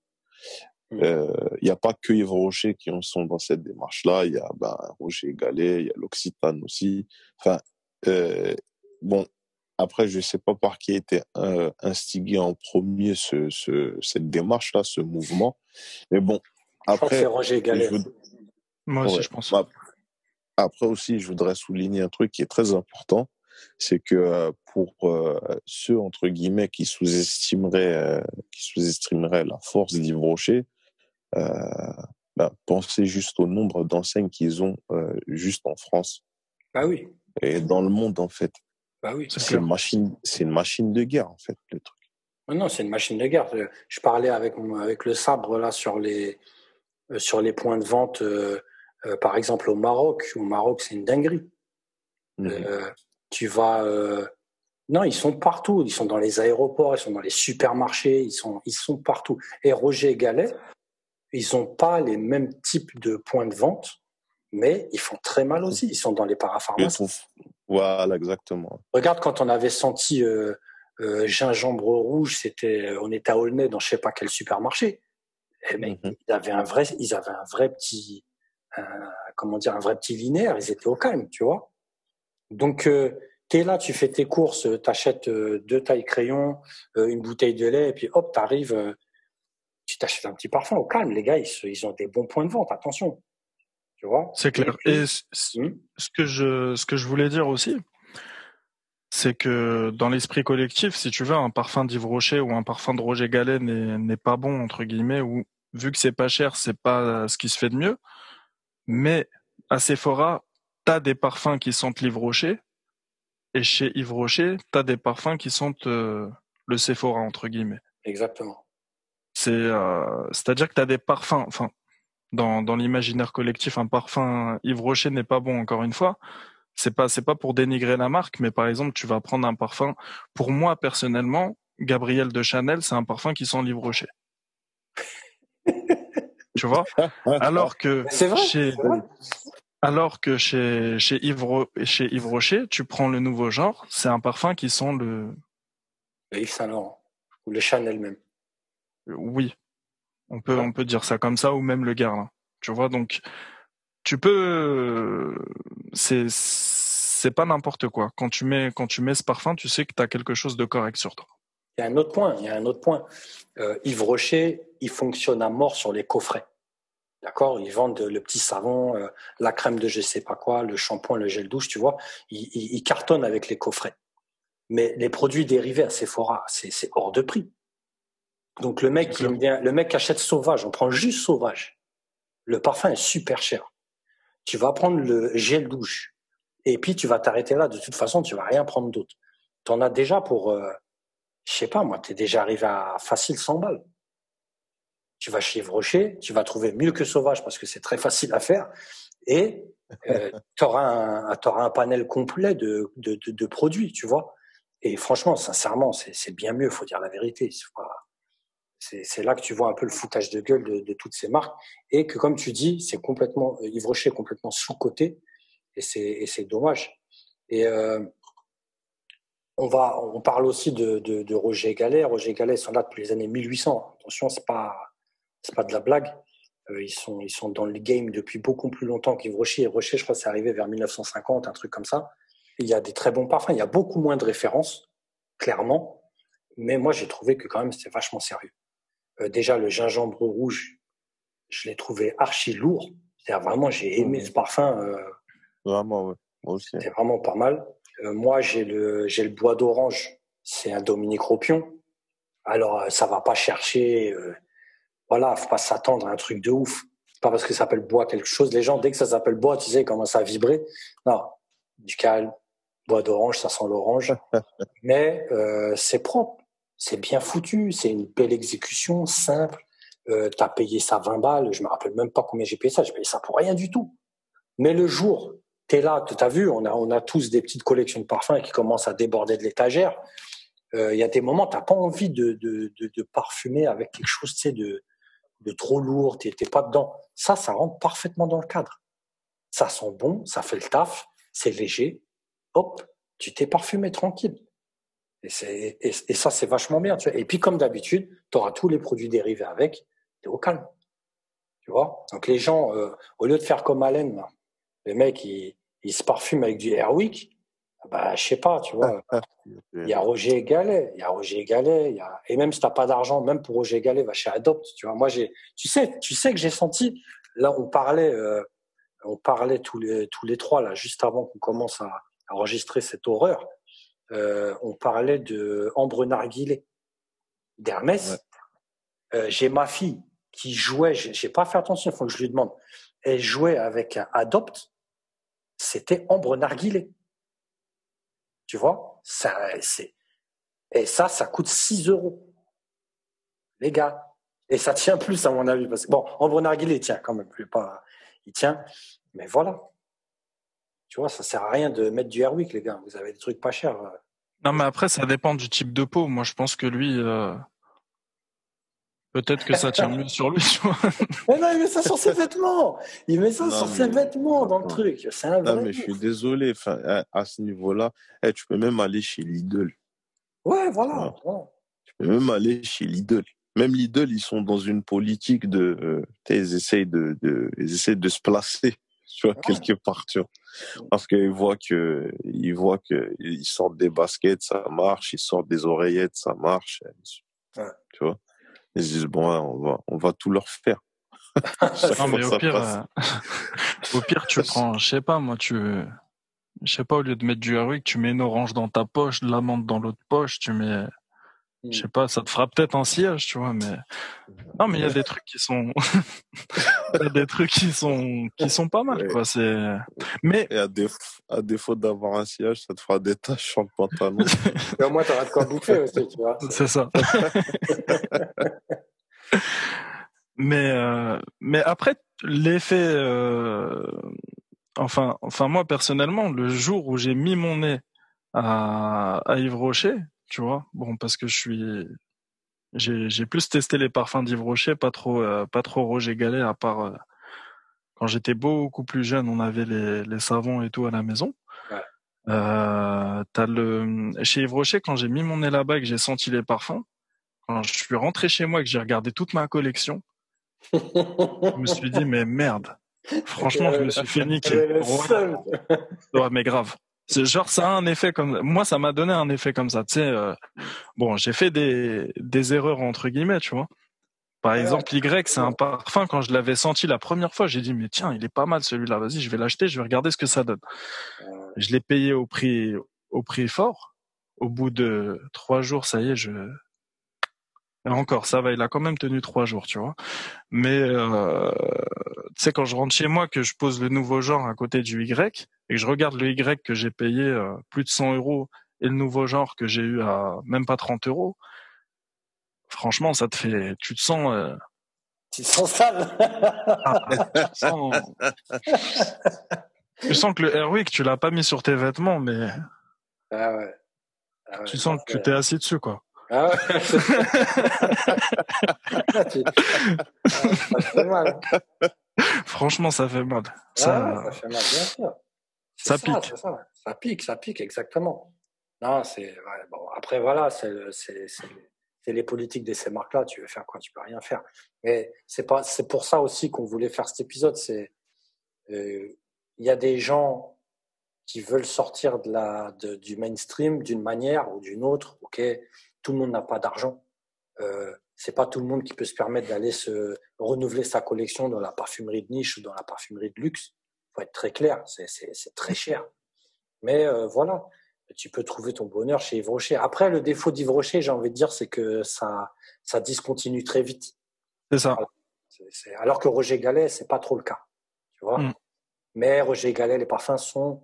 Il Mm. euh, y a pas que Yves Rocher qui en sont dans cette démarche-là. Il y a ben, Roger Gallet, il y a l'Occitane aussi. Enfin, euh, bon, après, je sais pas par qui a été euh, instigé en premier ce, ce, cette démarche-là, ce mouvement. Mais bon, Je crois que c'est après, Roger je Gallet. veux, Moi aussi, ouais. je pense. Bah, après aussi, je voudrais souligner un truc qui est très important, c'est que euh, pour euh, ceux entre guillemets qui sous-estimeraient, euh, qui sous-estimeraient la force d'Yves Rocher, euh, bah, pensez juste au nombre d'enseignes qu'ils ont euh, juste en France Bah oui, et dans le monde en fait. bah oui. C'est C'est une clair. machine, c'est une machine de guerre en fait le truc. Non, non, c'est une machine de guerre. Je je parlais avec mon, avec le sabre là sur les euh, sur les points de vente, euh, euh, par exemple au Maroc. Au Maroc, c'est une dinguerie. Mhm. Euh, tu vas, euh, non, ils sont partout. Ils sont dans les aéroports, ils sont dans les supermarchés, ils sont, ils sont partout. Et Roger Gallet, ils n'ont pas les mêmes types de points de vente, mais ils font très mal aussi. Ils sont dans les Je parapharmacies. trouve, voilà exactement. Regarde quand on avait senti euh, euh, gingembre rouge, c'était, on était à Aulnay dans je sais pas quel supermarché. Eh ben, Mhm. ils avaient un vrai, ils avaient un vrai petit, un- comment dire, un vrai petit vinaire. Ils étaient au calme, tu vois. Donc, euh, tu es là, tu fais tes courses, tu achètes euh, deux tailles crayons, euh, une bouteille de lait, et puis hop, tu arrives, euh, tu t'achètes un petit parfum au calme. Les gars, ils, ils ont des bons points de vente, attention, tu vois. C'est Et clair. Et puis, c- c- hum, ce que je, ce que je voulais dire aussi, c'est que dans l'esprit collectif, si tu veux, un parfum d'Yves Rocher ou un parfum de Roger Gallet n'est, n'est pas bon, entre guillemets, ou vu que c'est pas cher, c'est pas ce qui se fait de mieux. Mais à Sephora, t'as des parfums qui sentent l'Yves Rocher, et chez Yves Rocher, t'as des parfums qui sentent euh, le Sephora, entre guillemets. exactement. C'est, euh, c'est-à-dire que t'as des parfums, enfin, dans, dans l'imaginaire collectif, un parfum Yves Rocher n'est pas bon, encore une fois. C'est pas, c'est pas pour dénigrer la marque, mais par exemple, tu vas prendre un parfum. Pour moi, personnellement, Gabriel de Chanel, c'est un parfum qui sent l'Yves Rocher. tu vois. Alors que C'est vrai, chez, c'est vrai. alors que chez, chez Yves, Ro- chez Yves Rocher, tu prends le nouveau genre, c'est un parfum qui sent le, Le Yves Saint Laurent ou le Chanel même. oui, on peut, Ouais. on peut dire ça comme ça, ou même le Guerlain. Tu vois, donc, tu peux, c'est, c'est pas n'importe quoi. Quand tu mets, quand tu mets ce parfum, tu sais que tu as quelque chose de correct sur toi. Il y a un autre point. Il y a un autre point. Euh, Yves Rocher, il fonctionne à mort sur les coffrets. D'accord? Ils vendent le petit savon, euh, la crème de je sais pas quoi, le shampoing, le gel douche, tu vois. Ils, ils, ils cartonnent avec les coffrets. Mais les produits dérivés à Sephora, c'est, c'est hors de prix. Donc le mec, qui vient, le mec achète Sauvage, on prend juste Sauvage. Le parfum est super cher. Tu vas prendre le gel douche et puis tu vas t'arrêter là. De toute façon, tu vas rien prendre d'autre. Tu en as déjà pour, euh, je sais pas moi, tu es déjà arrivé à facile cent balles. Tu vas chez Yves Rocher, tu vas trouver mieux que Sauvage parce que c'est très facile à faire et euh, tu auras un, t'auras un panel complet de, de, de, de produits, tu vois. Et franchement, sincèrement, c'est, c'est bien mieux, faut dire la vérité. C'est pas, C'est, c'est là que tu vois un peu le foutage de gueule de, de toutes ces marques et que, comme tu dis, c'est complètement Yves Rocher est complètement sous-coté et c'est, et c'est dommage. Et euh, on va, on parle aussi de, de, de Roger Gallet. Roger Gallet, ils sont là depuis les années mille huit cents. Attention, c'est pas, c'est pas de la blague. Euh, ils sont, ils sont dans le game depuis beaucoup plus longtemps qu'Yves Rocher. Et Rocher, je crois, c'est arrivé vers mille neuf cent cinquante, un truc comme ça. Il y a des très bons parfums. Il y a beaucoup moins de références, clairement. Mais moi, j'ai trouvé que quand même, c'était vachement sérieux. Euh, déjà, le gingembre rouge, je l'ai trouvé archi lourd. C'est-à-dire vraiment, j'ai aimé Mmh. ce parfum. Euh, Vraiment, ouais. Moi aussi. c'était vraiment pas mal. Euh, moi, j'ai le, j'ai le bois d'orange. C'est un Dominique Ropion. Alors, euh, ça va pas chercher. Euh, voilà, faut pas s'attendre à un truc de ouf. Pas parce que ça s'appelle bois quelque chose. Les gens, dès que ça s'appelle bois, tu sais, ils commencent à vibrer. Non, du calme. Bois d'orange, ça sent l'orange. Mais euh, c'est propre. C'est bien foutu. C'est une belle exécution, simple. Euh, t'as payé ça vingt balles, je me rappelle même pas combien j'ai payé ça, j'ai payé ça pour rien du tout. Mais le jour, t'es là, t'as vu, on a, on a tous des petites collections de parfums qui commencent à déborder de l'étagère. Il euh, y a des moments, t'as pas envie de, de, de, de parfumer avec quelque chose, tu sais, de, de trop lourd, t'es, t'es pas dedans. Ça, ça rentre parfaitement dans le cadre. Ça sent bon, ça fait le taf, c'est léger. Hop, tu t'es parfumé tranquille. Et, c'est, et, et ça, c'est vachement bien. Tu vois. Et puis, comme d'habitude, t'auras tous les produits dérivés avec, t'es au calme. Tu vois. Donc les gens, euh, au lieu de faire comme Allen, là, les mecs, ils, ils se parfument avec du Airwick. Bah, je sais pas, tu vois. Il y a Roger Gallet, il y a Roger Gallet, il y a... et même si t'as pas d'argent, même pour Roger Gallet, va chez Adopt. Tu vois. Moi, j'ai, tu sais, tu sais que j'ai senti. Là, on parlait, euh, on parlait tous les tous les trois là, juste avant qu'on commence à, à enregistrer cette horreur. Euh, on parlait de Ambre Narguilé d'Hermès. Ouais. Euh, j'ai ma fille qui jouait, j'ai, j'ai pas fait attention, il faut que je lui demande. Elle jouait avec un Adopt, c'était Ambre Narguilé. Tu vois, ça, c'est, et ça, ça coûte six euros. Les gars. Et ça tient plus, à mon avis. Parce que, bon, Ambre Narguilé, il tient quand même. Il, pas, il tient. Mais voilà. Tu vois, ça sert à rien de mettre du Airwick, les gars. Vous avez des trucs pas chers. Non, mais après, ça dépend du type de peau. Moi, je pense que lui, euh, peut-être que ça tient mieux sur lui, tu vois. Mais non, il met ça sur ses vêtements. Il met ça Non, sur mais... ses vêtements dans le truc. C'est un vrai. Non, mais je suis désolé. Enfin, à, à ce niveau-là, hey, tu peux même aller chez Lidl. Ouais, voilà. Ouais. Tu peux même aller chez Lidl. Même Lidl, ils sont dans une politique de, euh, ils essayent de, de, ils essayent de se placer, tu vois, ouais. quelque part, tu vois. Parce qu'ils voient que, ils voient que, ils sortent des baskets, ça marche, ils sortent des oreillettes, ça marche, ouais. Tu vois. Ils se disent, bon, on va, on va tout leur faire. Non, mais au pire, euh, au pire, tu prends, je sais pas, moi, tu, je sais pas, au lieu de mettre du Airwick, tu mets une orange dans ta poche, de l'amande dans l'autre poche, tu mets, je sais pas, ça te fera peut-être un sillage, tu vois, mais non, mais il y a des trucs qui sont, il y a des trucs qui sont, qui sont pas mal, quoi. C'est, mais et à défaut, à défaut d'avoir un sillage, ça te fera des taches sur le pantalon. Et au moins, t'auras de quoi bouffer aussi, tu vois. C'est, c'est ça. mais, euh, mais après, l'effet, euh, enfin, enfin moi personnellement, le jour où j'ai mis mon nez à, à Yves Rocher, tu vois, bon, parce que je suis J'ai, j'ai plus testé les parfums d'Yves Rocher, pas trop, euh, pas trop Roger Gallet, à part euh, quand j'étais beaucoup plus jeune, on avait les, les savons et tout à la maison. Ouais. Euh, t'as le, chez Yves Rocher, quand j'ai mis mon nez là-bas et que j'ai senti les parfums, quand je suis rentré chez moi et que j'ai regardé toute ma collection, je me suis dit, mais merde. Franchement, je me suis fait niquer. Le seul. Ouais, mais grave. C'est genre, ça a un effet comme, moi, ça m'a donné un effet comme ça. Tu sais, euh, bon, j'ai fait des, des erreurs entre guillemets, tu vois. Par exemple, Y, c'est un parfum, quand je l'avais senti la première fois, j'ai dit, mais tiens, il est pas mal celui-là, vas-y, je vais l'acheter, je vais regarder ce que ça donne. Je l'ai payé au prix, au prix fort. Au bout de trois jours, ça y est, je, et encore, ça va, il a quand même tenu trois jours, tu vois. Mais, euh, tu sais, quand je rentre chez moi, que je pose le nouveau genre à côté du Y, et que je regarde le Y que j'ai payé euh, plus de cent euros, et le nouveau genre que j'ai eu à même pas trente euros, franchement, ça te fait, tu te sens, euh, tu te sens sale. Ah, tu te sens, tu sens que le Airwick, tu l'as pas mis sur tes vêtements, mais ah ouais. Ah ouais, tu sens ça que tu t'es assis dessus, quoi. Ah ouais. Ça fait mal. Franchement, ça fait mal. Ah Ça, ouais, ça fait mal, bien sûr. C'est ça ça, pique. c'est ça. Ça pique, ça pique, exactement. Non, c'est ouais, bon. Après, voilà, c'est c'est c'est c'est les politiques de ces marques-là. Tu veux faire quoi? Tu peux rien faire. Mais c'est pas, c'est pour ça aussi qu'on voulait faire cet épisode. C'est euh, il y a des gens qui veulent sortir de la de, du mainstream d'une manière ou d'une autre. Ok, tout le monde n'a pas d'argent. Euh, c'est pas tout le monde qui peut se permettre d'aller se renouveler sa collection dans la parfumerie de niche ou dans la parfumerie de luxe. Faut être très clair, c'est c'est c'est très cher. Mais euh, voilà, tu peux trouver ton bonheur chez Yves Rocher. Après, le défaut d'Yves Rocher, j'ai envie de dire, c'est que ça ça discontinue très vite. C'est ça. C'est, c'est... Alors que Roger Gallet, c'est pas trop le cas, tu vois. Mm. Mais Roger Gallet, les parfums sont,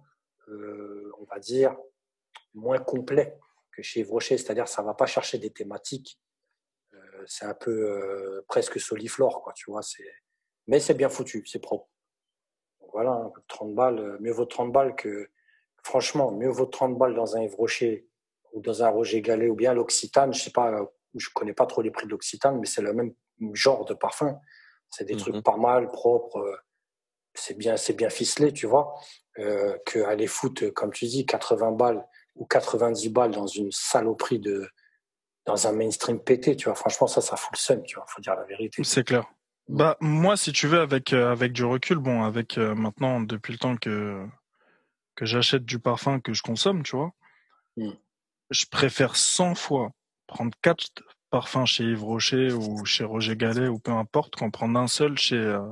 euh, on va dire, moins complets que chez Yves Rocher. C'est-à-dire, ça va pas chercher des thématiques. Euh, c'est un peu euh, presque soliflore, quoi, tu vois. C'est... Mais c'est bien foutu, c'est propre. Donc voilà, hein, trente balles, mieux vaut trente balles que... Franchement, mieux vaut trente balles dans un Yves Rocher ou dans un Roger Gallet ou bien l'Occitane. Je sais pas, je connais pas trop les prix de l'Occitane, mais c'est le même genre de parfum. C'est des mm-hmm. trucs pas mal, propres. C'est bien, c'est bien ficelé, tu vois. Euh, que aller foutre, comme tu dis, quatre-vingts balles ou quatre-vingt-dix balles dans une saloperie de, dans un mainstream pété, tu vois. Franchement, ça, ça fout le seum, tu vois. Faut dire la vérité. C'est clair. Mm. Bah, moi, si tu veux, avec, euh, avec du recul, bon, avec euh, maintenant, depuis le temps que, que j'achète du parfum que je consomme, tu vois, mm. je préfère cent fois prendre quatre parfums chez Yves Rocher ou chez Roger Gallet ou peu importe qu'en prendre un seul chez... Euh...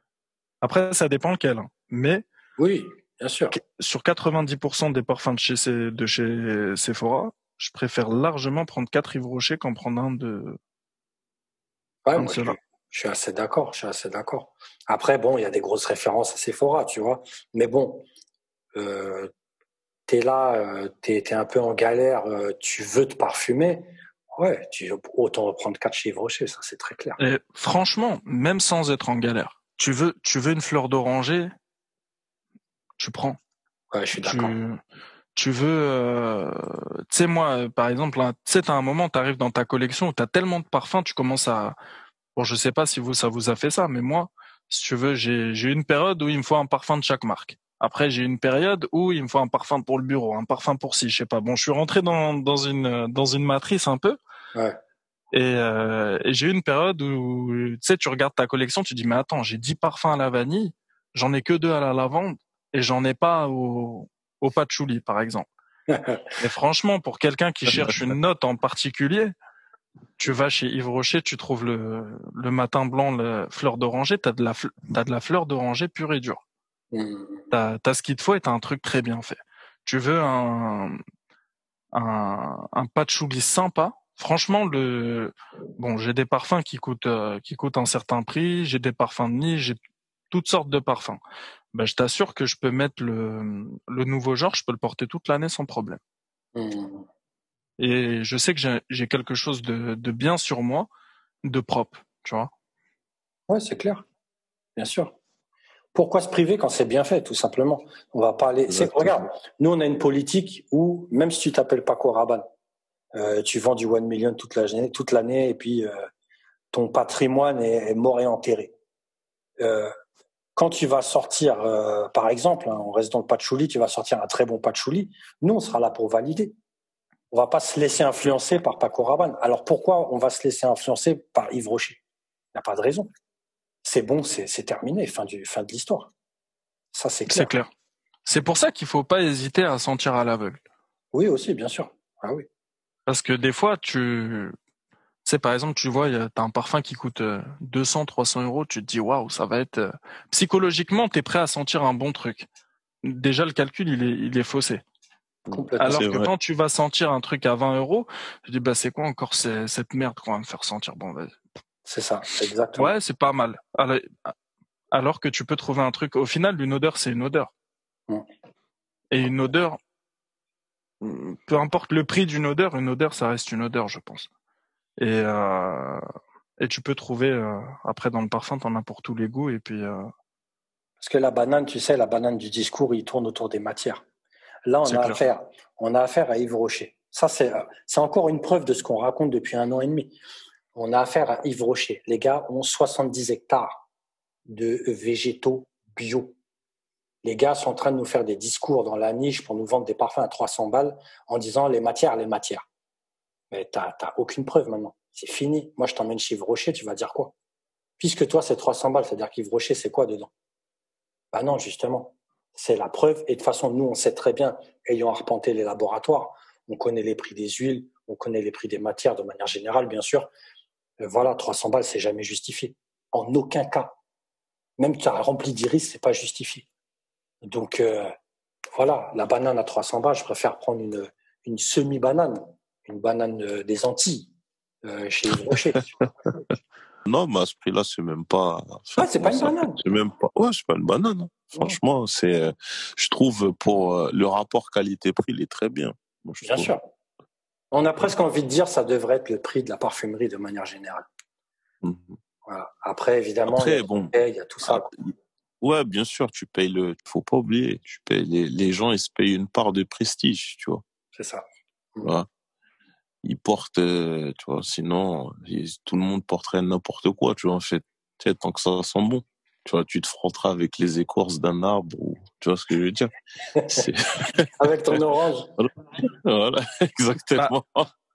Après, ça dépend lequel. Hein. Mais oui, bien sûr. Sur quatre-vingt-dix pour cent des parfums de chez, de chez Sephora, je préfère largement prendre quatre Yves Rocher qu'en prendre un de... Ouais, un moi, je, je suis assez d'accord, je suis assez d'accord. Après, bon, il y a des grosses références à Sephora, tu vois. Mais bon... Euh, t'es là, euh, t'es, t'es un peu en galère, euh, tu veux te parfumer, ouais, tu, autant reprendre quatre chez Yves Rocher, ça c'est très clair. Et franchement, même sans être en galère, tu veux, tu veux une fleur d'oranger, tu prends. Ouais, je suis d'accord. Tu, tu veux, euh, tu sais moi, par exemple, tu sais, t'as un moment, t'arrives dans ta collection où t'as tellement de parfums, tu commences à, bon, je sais pas si vous, ça vous a fait ça, mais moi, si tu veux, j'ai, j'ai une période où il me faut un parfum de chaque marque. Après, j'ai une période où il me faut un parfum pour le bureau, un parfum pour ci, je sais pas. Bon, je suis rentré dans dans une dans une matrice un peu. Ouais. Et, euh, et j'ai eu une période où tu sais, tu regardes ta collection, tu dis mais attends, j'ai dix parfums à la vanille, j'en ai que deux à la lavande et j'en ai pas au au patchouli par exemple. Et franchement, pour quelqu'un qui cherche une note en particulier, tu vas chez Yves Rocher, tu trouves le le matin blanc, la fleur d'oranger, t'as de la t'as de la fleur d'oranger pure et dure. Mmh. T'as, t'as ce qu'il te faut et t'as un truc très bien fait. Tu veux un, un, un patchouli sympa. Franchement, le, bon, j'ai des parfums qui coûtent, euh, qui coûtent un certain prix. J'ai des parfums de niche, j'ai toutes sortes de parfums. Ben, je t'assure que je peux mettre le, le nouveau genre, je peux le porter toute l'année sans problème. Mmh. Et je sais que j'ai, j'ai quelque chose de, de bien sur moi, de propre, tu vois. Ouais, c'est clair. Bien sûr. Pourquoi se priver quand c'est bien fait, tout simplement? On va pas aller. C'est... Regarde, nous on a une politique où même si tu t'appelles Paco Rabanne, Euh, tu vends du one million toute l'année, toute l'année et puis euh, ton patrimoine est, est mort et enterré. Euh, quand tu vas sortir, euh, par exemple, hein, on reste dans le patchouli, tu vas sortir un très bon patchouli, nous, on sera là pour valider. On va pas se laisser influencer par Paco Rabanne. Alors pourquoi on va se laisser influencer par Yves Rocher? Il n'y a pas de raison. C'est bon, c'est, c'est terminé, fin, du, fin de l'histoire. Ça, c'est clair. C'est clair. C'est pour ça qu'il faut pas hésiter à sentir à l'aveugle. Oui, aussi, bien sûr. Ah oui. Parce que des fois, tu sais, par exemple, tu vois, t'as un parfum qui coûte deux cents, trois cents euros, tu te dis, waouh, ça va être... Psychologiquement, t'es prêt à sentir un bon truc. Déjà, le calcul, il est, il est faussé. Complètement. Alors C'est que vrai. quand tu vas sentir un truc à vingt euros, tu dis, bah, c'est quoi encore c'est- cette merde qu'on va me faire sentir? Bon, vas-y. C'est ça, exactement. Ouais, c'est pas mal. Alors, alors que tu peux trouver un truc. Au final, une odeur, c'est une odeur. Mm. Et une odeur, peu importe le prix d'une odeur, une odeur, ça reste une odeur, je pense. Et, euh, et tu peux trouver, euh, après, dans le parfum, t'en as pour tous les goûts. Et puis, euh, Parce que la banane, tu sais, la banane du discours, il tourne autour des matières. Là, on c'est a clair. affaire, on a affaire à Yves Rocher. Ça, c'est, c'est encore une preuve de ce qu'on raconte depuis un an et demi. On a affaire à Yves Rocher. Les gars ont soixante-dix hectares de végétaux bio. Les gars sont en train de nous faire des discours dans la niche pour nous vendre des parfums à trois cents balles en disant les matières, les matières. Mais t'as, t'as aucune preuve maintenant. C'est fini. Moi, je t'emmène chez Yves Rocher, tu vas dire quoi? Puisque toi, c'est trois cents balles, c'est-à-dire qu'Yves Rocher, c'est quoi dedans? Bah non, justement. C'est la preuve. Et de toute façon, nous, on sait très bien, ayant arpenté les laboratoires, on connaît les prix des huiles, on connaît les prix des matières de manière générale, bien sûr. Euh, voilà, trois cents balles, c'est jamais justifié. En aucun cas. Même tu as rempli d'iris, c'est pas justifié. Donc, euh, voilà, la banane à trois cents balles, je préfère prendre une, une semi-banane, une banane euh, des Antilles, euh, chez Yves Rocher. Non, mais à ce prix-là, c'est même pas. Enfin, Ah, c'est pas une ça- banane. C'est même pas. Ouais, c'est pas une banane. Hein. Franchement, c'est. euh, Je trouve pour euh, le rapport qualité-prix, il est très bien. Moi, je Bien trouve. sûr. On a presque envie de dire ça devrait être le prix de la parfumerie de manière générale. Mhm. Voilà. Après, évidemment, il y a Après, les bon. bouteilles, il y a tout ça. ah, Ouais, bien sûr, tu payes le. Faut pas oublier, tu payes les, les gens, ils se payent une part de prestige, tu vois. C'est ça. Voilà. Ils portent, euh, tu vois. Sinon, ils- tout le monde porterait n'importe quoi, tu vois. En fait, tu sais, tant que ça sent bon, tu vois, tu te frotteras avec les écorces d'un arbre, ou tu vois ce que je veux dire. C'est Avec ton orange. voilà, Bah, exactement.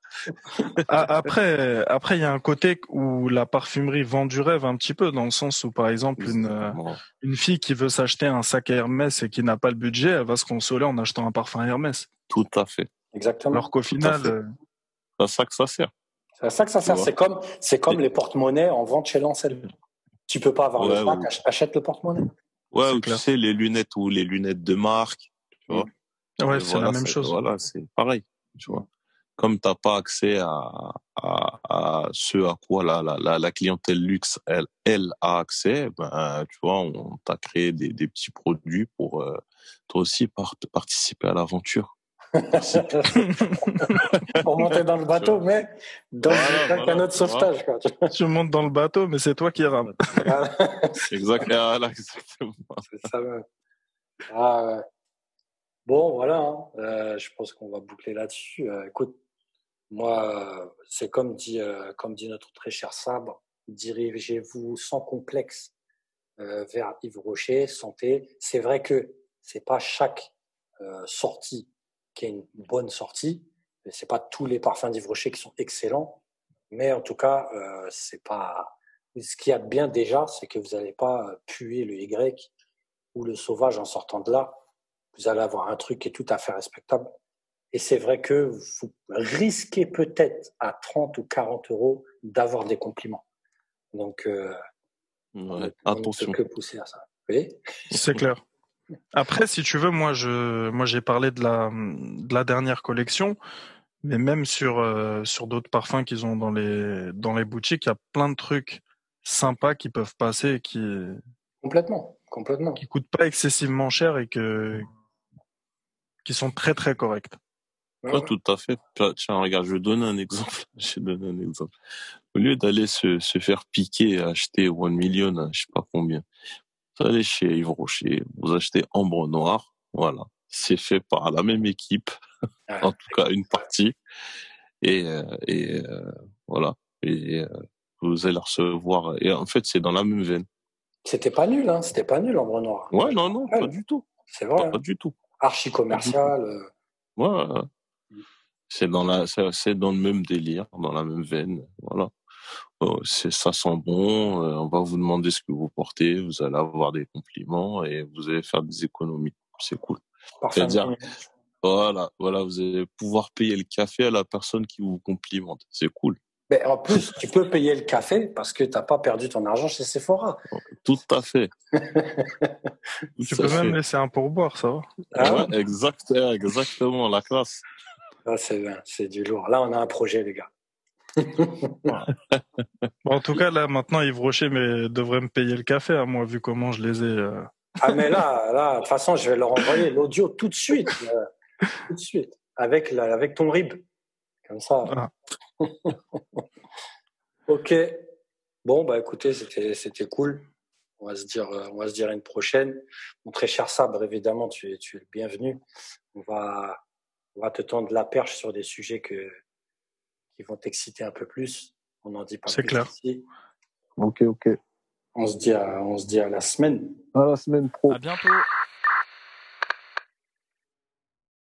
a- après, après, il y a un côté où la parfumerie vend du rêve un petit peu, dans le sens où, par exemple, une, euh, Exactement. une fille qui veut s'acheter un sac à Hermès et qui n'a pas le budget, elle va se consoler en achetant un parfum Hermès. Tout à fait, Exactement. Alors qu'au tout à final, fait. euh, C'est à ça que ça sert, C'est à ça que ça tu sert. vois. C'est comme, c'est comme Et- les porte-monnaies en vente chez Lancel. Tu peux pas avoir le Ouais, sac, ou, ach- achète le porte-monnaie. ouais, c'est ou tu clair. sais, les lunettes ou les lunettes de marque, tu Mm. vois. Ouais, Et c'est la voilà, même c'est, chose. voilà, c'est pareil, tu Mm. vois. Comme t'as pas accès à, à, à ce à quoi la, la, la, la clientèle luxe, elle, elle a accès, ben, tu vois, on t'a créé des, des petits produits pour, euh, toi aussi, par, participer à l'aventure. Participer, Pour monter dans le tu bateau, vois. mais dans Voilà, un voilà, canot de tu vois. sauvetage, quoi. Tu montes dans le bateau, mais c'est toi qui rames. Voilà. Exact, voilà, exactement. C'est ça même. Ah, ouais. Bon, voilà. Hein. Euh, je pense qu'on va boucler là-dessus. Euh, écoute, moi, euh, c'est comme dit, euh, comme dit notre très cher Sabre, dirigez-vous sans complexe euh, vers Yves Rocher, santé. C'est vrai que c'est pas chaque euh, sortie qui est une bonne sortie. C'est pas tous les parfums d'Yves Rocher qui sont excellents, mais en tout cas, euh, c'est pas. Ce qu'il y a de bien déjà, c'est que vous n'allez pas puer le Y ou le sauvage en sortant de là. Vous allez avoir un truc qui est tout à fait respectable. Et c'est vrai que vous risquez peut-être à trente ou quarante euros d'avoir des compliments. Donc, euh, on, Ouais, ne, on ne peut attention. que pousser à ça. Vous voyez ? C'est clair. Après, si tu veux, moi, je, moi, j'ai parlé de la, de la dernière collection, mais même sur, euh, sur d'autres parfums qu'ils ont dans les, dans les boutiques, il y a plein de trucs sympas qui peuvent passer et qui, Complètement, complètement. qui coûtent pas excessivement cher et que, qui sont très, très corrects. Ouais, Ouais, ouais. tout à fait. Tiens, tiens, regarde, je vais donner un exemple. Je vais donner un exemple. Au lieu d'aller se, se faire piquer et acheter One Million, hein, je sais pas combien, vous allez chez Yves Rocher, vous achetez Ambre Noire, voilà. C'est fait par la même équipe, Ouais. en tout cas une partie. et euh, et euh, voilà. Et euh, vous allez recevoir. Et en fait, c'est dans la même veine. C'était pas nul, hein. C'était pas nul, Ambre Noire. Ouais, non, non, pas du tout. C'est vrai. Pas Hein. du tout. Archi commercial. Euh... Ouais, ouais. C'est dans la, c'est, c'est dans le même délire, dans la même veine. Voilà. Euh, c'est, ça sent bon. Euh, on va vous demander ce que vous portez. Vous allez avoir des compliments et vous allez faire des économies. C'est cool. C'est-à-dire, voilà, voilà, vous allez pouvoir payer le café à la personne qui vous complimente. C'est cool. Mais en plus, tu peux payer le café parce que t'as pas perdu ton argent chez Sephora. Tout à fait. Tu peux même laisser un pourboire, ça va. Ah ouais, ouais, exact, exactement, la classe. Ah, c'est bien, c'est du lourd. Là, on a un projet, les gars. Bon, en tout cas, là, maintenant, Yves Rocher mais, devrait me payer le café, à moi, vu comment je les ai. Euh... Ah, mais là, là, de toute façon, je vais leur envoyer l'audio tout de suite. Euh, tout de suite. Avec, la, avec ton rib. Comme ça. Ah. Ok. Bon, bah écoutez, c'était, c'était cool. On va se dire, on va se dire une prochaine. Mon très cher Sabre, évidemment, tu es, tu es le bienvenu. On va, on va te tendre la perche sur des sujets que, qui vont t'exciter un peu plus. On n'en dit pas C'est plus clair. ici. Ok, ok. On se dit à, on se dit à la semaine. À la semaine pro. À bientôt.